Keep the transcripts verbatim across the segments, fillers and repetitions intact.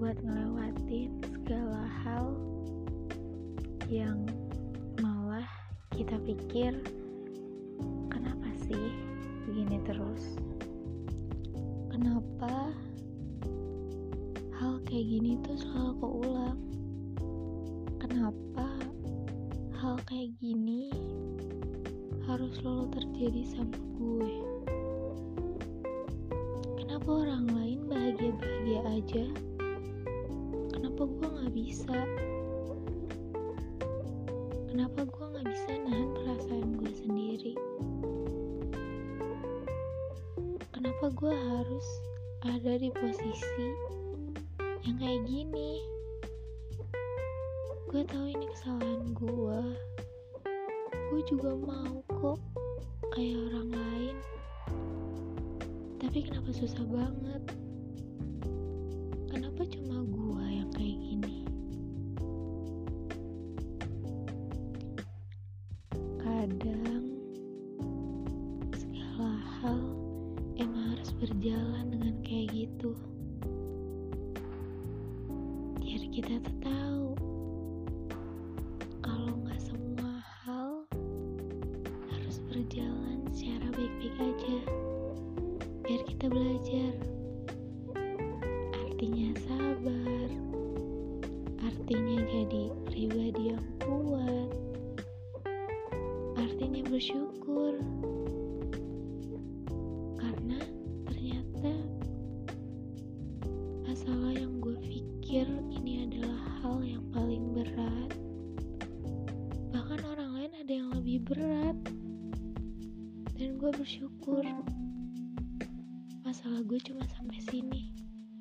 buat ngelewatin segala hal yang malah kita pikir kenapa sih begini terus, kenapa hal kayak gini tuh selalu keulang, kenapa hal kayak gini harus selalu terjadi sama gue. Kenapa orang lain bahagia-bahagia aja, kenapa gue gak bisa? Kenapa gue gak bisa nahan perasaan gue sendiri? Kenapa gue harus ada di posisi yang kayak gini? Gue tahu ini kesalahan gue. Gue juga mau kok kayak orang lain. Tapi kenapa susah banget? Kenapa cuma gue yang kayak gini? Kadang segala hal emang harus berjalan dengan kayak gitu, biar kita tuh tahu kalau nggak semua hal harus berjalan secara baik-baik aja, biar kita belajar artinya sabar, artinya jadi pribadi yang kuat, artinya bersyukur. Karena ternyata masalah yang gue pikir ini adalah hal yang paling berat, bahkan orang lain ada yang lebih berat, dan gue bersyukur masalah gue cuma sampai sini.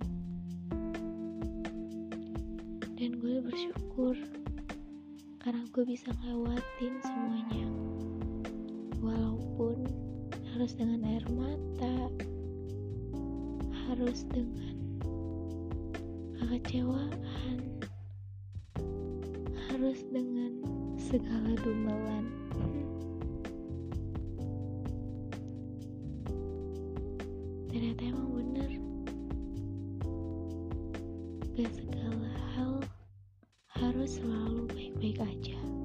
Dan gue bersyukur karena gue bisa ngelewatin semuanya, walaupun harus dengan air mata, harus dengan kekecewaan, harus dengan segala dumelan. Ternyata emang bener, gak segala hal harus selalu baik-baik aja.